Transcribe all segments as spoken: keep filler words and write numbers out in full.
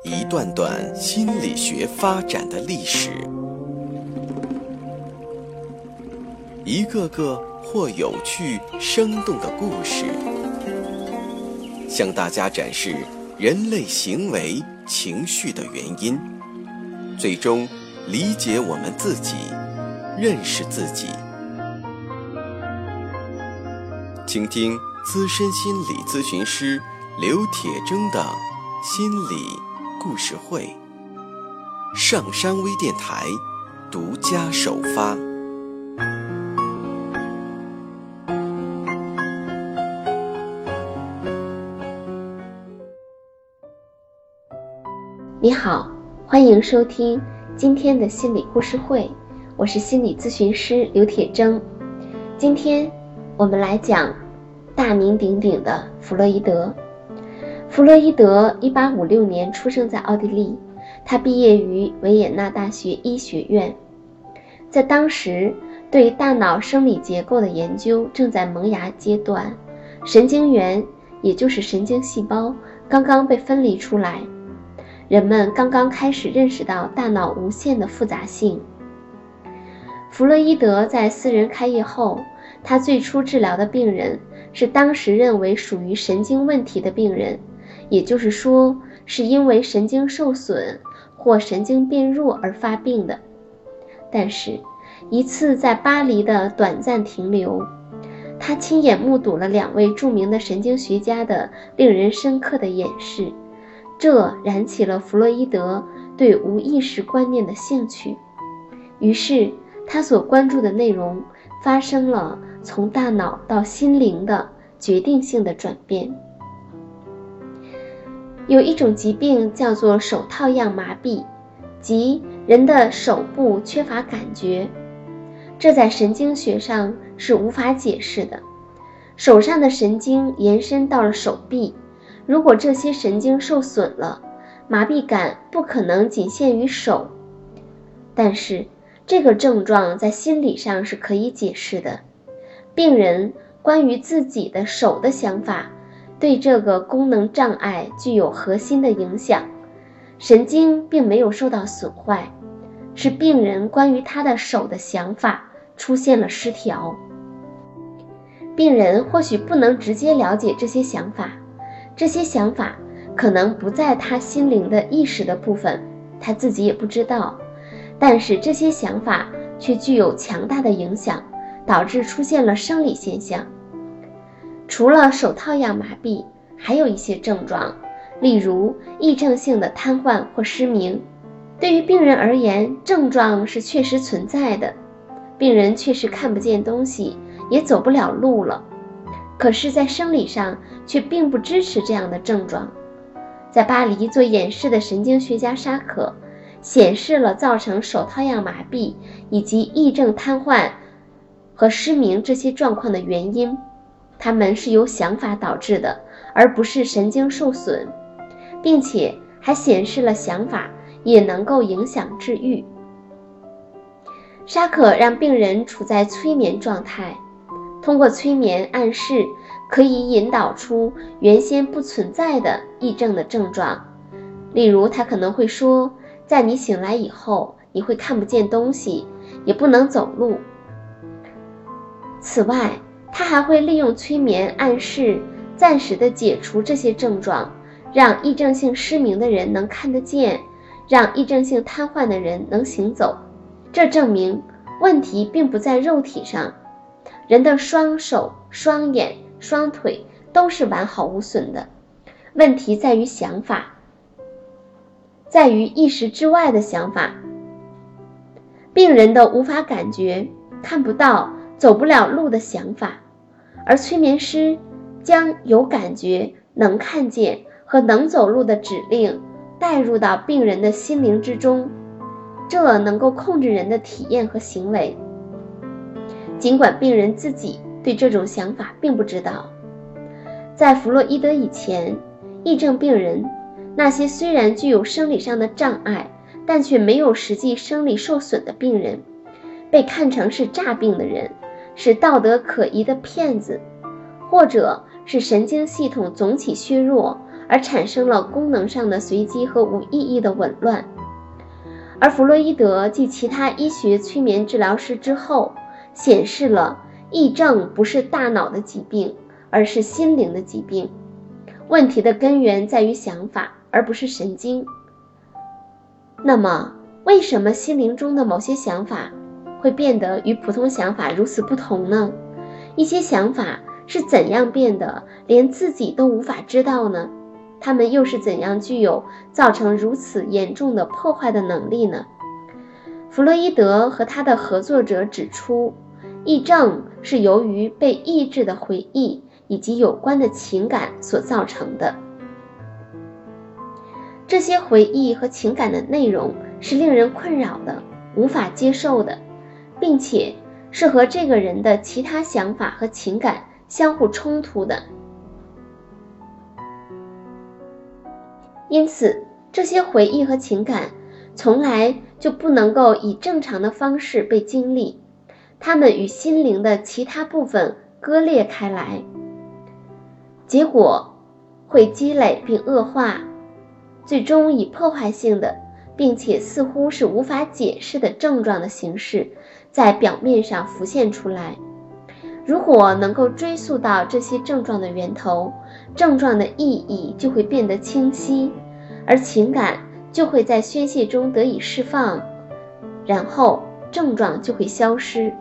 一段段心理学发展的历史，一个个或有趣生动的故事，向大家展示人类行为情绪的原因，最终理解我们自己，认识自己。请听资深心理咨询师刘铁铮的心理故事会，上山微电台独家首发。 你好，欢迎收听今天的心理故事会，我是心理咨询师刘铁铮。今天我们来讲大名鼎鼎的弗洛伊德。弗洛伊德一八五六年出生在奥地利，他毕业于维也纳大学医学院。在当时，对大脑生理结构的研究正在萌芽阶段，神经元也就是神经细胞刚刚被分离出来，人们刚刚开始认识到大脑无限的复杂性。弗洛伊德在私人开业后，他最初治疗的病人是当时认为属于神经问题的病人，也就是说是因为神经受损或神经变弱而发病的。但是一次在巴黎的短暂停留，他亲眼目睹了两位著名的神经学家的令人深刻的演示，这燃起了弗洛伊德对无意识观念的兴趣。于是他所关注的内容发生了从大脑到心灵的决定性的转变。有一种疾病叫做手套样麻痹，即人的手部缺乏感觉，这在神经学上是无法解释的。手上的神经延伸到了手臂，如果这些神经受损了，麻痹感不可能仅限于手。但是这个症状在心理上是可以解释的。病人关于自己的手的想法对这个功能障碍具有核心的影响，神经并没有受到损坏，是病人关于他的手的想法出现了失调。病人或许不能直接了解这些想法，这些想法可能不在他心灵的意识的部分，他自己也不知道，但是这些想法却具有强大的影响，导致出现了生理现象。除了手套样麻痹，还有一些症状，例如癔症性的瘫痪或失明。对于病人而言，症状是确实存在的，病人确实看不见东西，也走不了路了。可是在生理上却并不支持这样的症状。在巴黎做演示的神经学家沙可显示了造成手套样麻痹以及癔症瘫痪和失明这些状况的原因，它们是由想法导致的，而不是神经受损，并且还显示了想法也能够影响治愈。沙可让病人处在催眠状态，通过催眠暗示可以引导出原先不存在的癔症的症状。例如他可能会说，在你醒来以后，你会看不见东西，也不能走路。此外，他还会利用催眠暗示暂时的解除这些症状，让癔症性失明的人能看得见，让癔症性瘫痪的人能行走。这证明问题并不在肉体上，人的双手、双眼、双腿都是完好无损的，问题在于想法，在于意识之外的想法。病人的无法感觉、看不到、走不了路的想法，而催眠师将有感觉、能看见和能走路的指令带入到病人的心灵之中，这能够控制人的体验和行为，尽管病人自己对这种想法并不知道。在弗洛伊德以前，癔症病人，那些虽然具有生理上的障碍，但却没有实际生理受损的病人，被看成是诈病的人，是道德可疑的骗子，或者是神经系统总体削弱而产生了功能上的随机和无意义的紊乱。而弗洛伊德继其他医学催眠治疗师之后，显示了癔症不是大脑的疾病，而是心灵的疾病。问题的根源在于想法，而不是神经。那么，为什么心灵中的某些想法会变得与普通想法如此不同呢？一些想法是怎样变得，连自己都无法知道呢？他们又是怎样具有造成如此严重的破坏的能力呢？弗洛伊德和他的合作者指出，癔症是由于被抑制的回忆以及有关的情感所造成的。这些回忆和情感的内容是令人困扰的，无法接受的，并且是和这个人的其他想法和情感相互冲突的。因此，这些回忆和情感从来就不能够以正常的方式被经历，它们与心灵的其他部分割裂开来，结果会积累并恶化，最终以破坏性的并且似乎是无法解释的症状的形式在表面上浮现出来。如果能够追溯到这些症状的源头，症状的意义就会变得清晰，而情感就会在宣泄中得以释放，然后症状就会消失。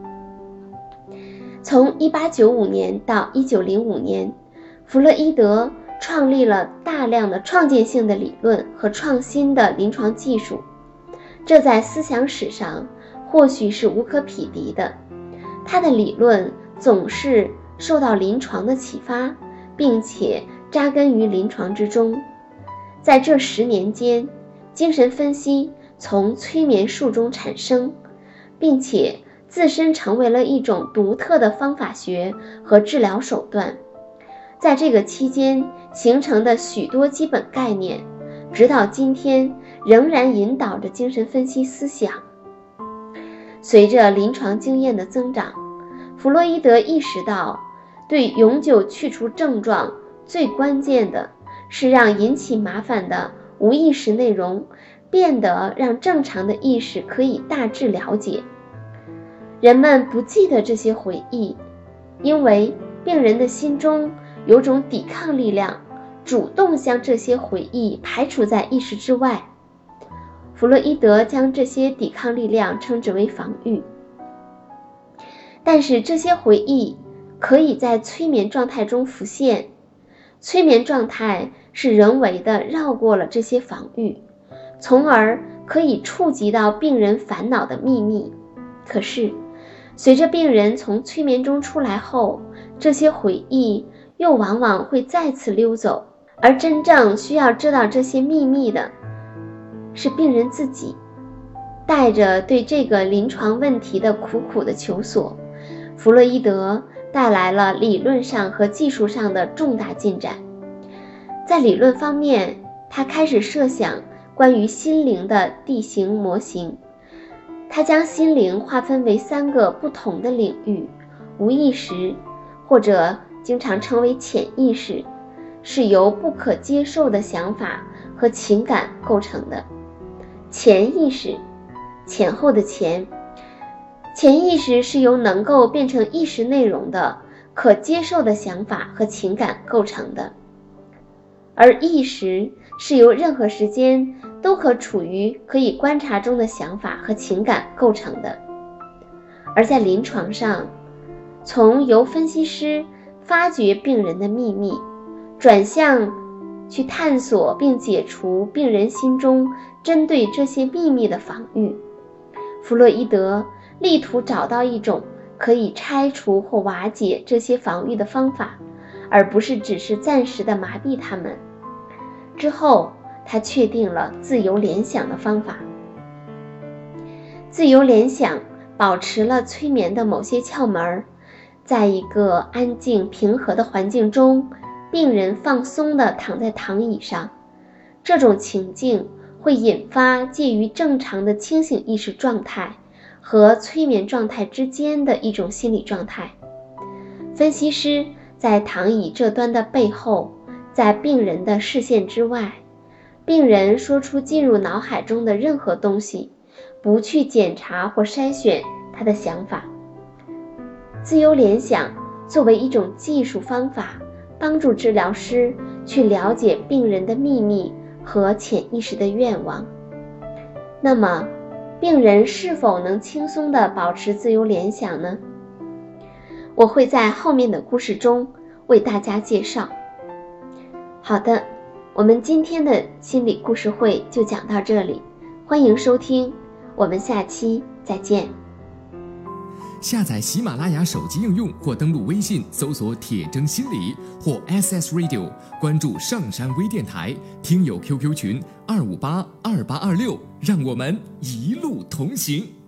从一八九五年到一九零五年，弗洛伊德创立了大量的创建性的理论和创新的临床技术，这在思想史上或许是无可匹敌的。他的理论总是受到临床的启发，并且扎根于临床之中。在这十年间，精神分析从催眠术中产生，并且自身成为了一种独特的方法学和治疗手段。在这个期间形成的许多基本概念，直到今天仍然引导着精神分析思想。随着临床经验的增长，弗洛伊德意识到，对永久去除症状最关键的是让引起麻烦的无意识内容变得让正常的意识可以大致了解。人们不记得这些回忆，因为病人的心中有种抵抗力量，主动将这些回忆排除在意识之外。弗洛伊德将这些抵抗力量称之为防御。但是这些回忆可以在催眠状态中浮现，催眠状态是人为的绕过了这些防御，从而可以触及到病人烦恼的秘密。可是随着病人从催眠中出来后，这些回忆又往往会再次溜走，而真正需要知道这些秘密的是病人自己。带着对这个临床问题的苦苦的求索，弗洛伊德带来了理论上和技术上的重大进展。在理论方面，他开始设想关于心灵的地形模型。他将心灵划分为三个不同的领域：无意识，或者经常称为潜意识，是由不可接受的想法和情感构成的；潜意识，前后的前，潜意识是由能够变成意识内容的可接受的想法和情感构成的；而意识是由任何时间都可处于可以观察中的想法和情感构成的。而在临床上，从由分析师发掘病人的秘密，转向去探索并解除病人心中针对这些秘密的防御。弗洛伊德力图找到一种可以拆除或瓦解这些防御的方法，而不是只是暂时的麻痹它们。之后他确定了自由联想的方法。自由联想保持了催眠的某些窍门，在一个安静平和的环境中，病人放松地躺在躺椅上，这种情境会引发介于正常的清醒意识状态和催眠状态之间的一种心理状态。分析师在躺椅这端的背后在病人的视线之外，病人说出进入脑海中的任何东西，不去检查或筛选他的想法。自由联想作为一种技术方法，帮助治疗师去了解病人的秘密和潜意识的愿望。那么，病人是否能轻松地保持自由联想呢？我会在后面的故事中为大家介绍。好的，我们今天的心理故事会就讲到这里，欢迎收听，我们下期再见。 下载喜马拉雅手机应用或登录微信搜索铁铮心理或 S S Radio， 关注上山微电台，听友 Q Q 群二五八二八二六，让我们一路同行。